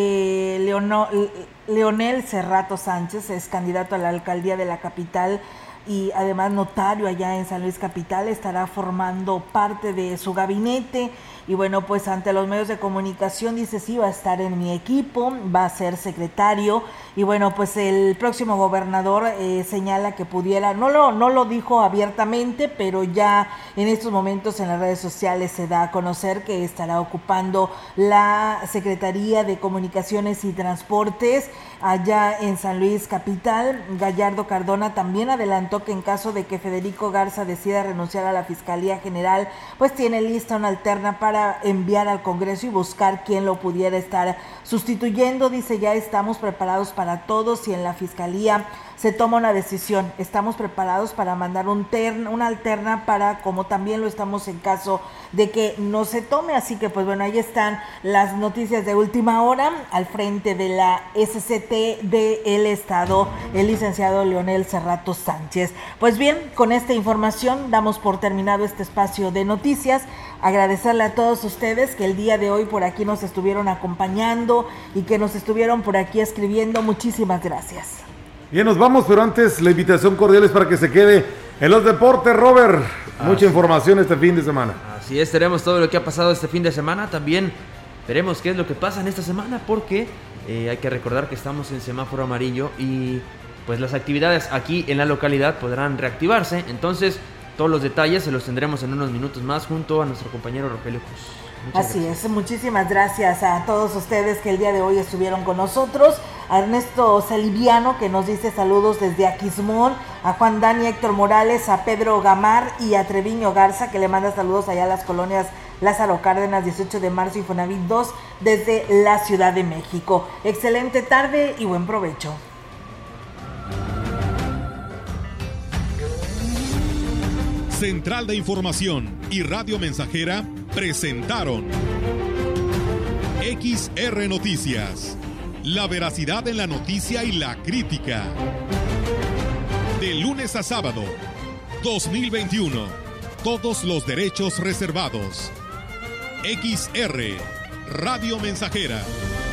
Leonel Cerrato Sánchez es candidato a la alcaldía de la capital y además notario allá en San Luis Capital, estará formando parte de su gabinete. Y bueno, pues ante los medios de comunicación dice, sí, va a estar en mi equipo, va a ser secretario. Y bueno, pues el próximo gobernador señala que pudiera, no lo dijo abiertamente, pero ya en estos momentos en las redes sociales se da a conocer que estará ocupando la Secretaría de Comunicaciones y Transportes allá en San Luis Capital. Gallardo Cardona también adelantó que en caso de que Federico Garza decida renunciar a la Fiscalía General, pues tiene lista una alterna para enviar al Congreso y buscar quién lo pudiera estar sustituyendo. Dice, ya estamos preparados para todo, si en la Fiscalía se toma una decisión, estamos preparados para mandar una alterna para, como también lo estamos en caso de que no se tome. Así que pues bueno, ahí están las noticias de última hora al frente de la SCT del Estado, el licenciado Leonel Cerrato Sánchez. Pues bien, con esta información damos por terminado este espacio de noticias. Agradecerle a todos ustedes que el día de hoy por aquí nos estuvieron acompañando y que nos estuvieron por aquí escribiendo. Muchísimas gracias. Bien, nos vamos, pero antes la invitación cordial es para que se quede en los deportes, Robert. Mucha información este fin de semana. Así es, tenemos todo lo que ha pasado este fin de semana. También veremos qué es lo que pasa en esta semana, porque hay que recordar que estamos en semáforo amarillo y pues las actividades aquí en la localidad podrán reactivarse. Entonces, todos los detalles se los tendremos en unos minutos más junto a nuestro compañero Rogelio Cruz. Así es, muchísimas gracias a todos ustedes que el día de hoy estuvieron con nosotros. A Ernesto Saliviano, que nos dice saludos desde Aquismón, a Juan Dani Héctor Morales, a Pedro Gamar y a Treviño Garza, que le manda saludos allá a las colonias Lázaro Cárdenas, 18 de marzo y Fonavit 2 desde la Ciudad de México. Excelente tarde y buen provecho. Central de Información y Radio Mensajera presentaron XR Noticias. La veracidad en la noticia y la crítica. De lunes a sábado, 2021. Todos los derechos reservados. XR Radio Mensajera.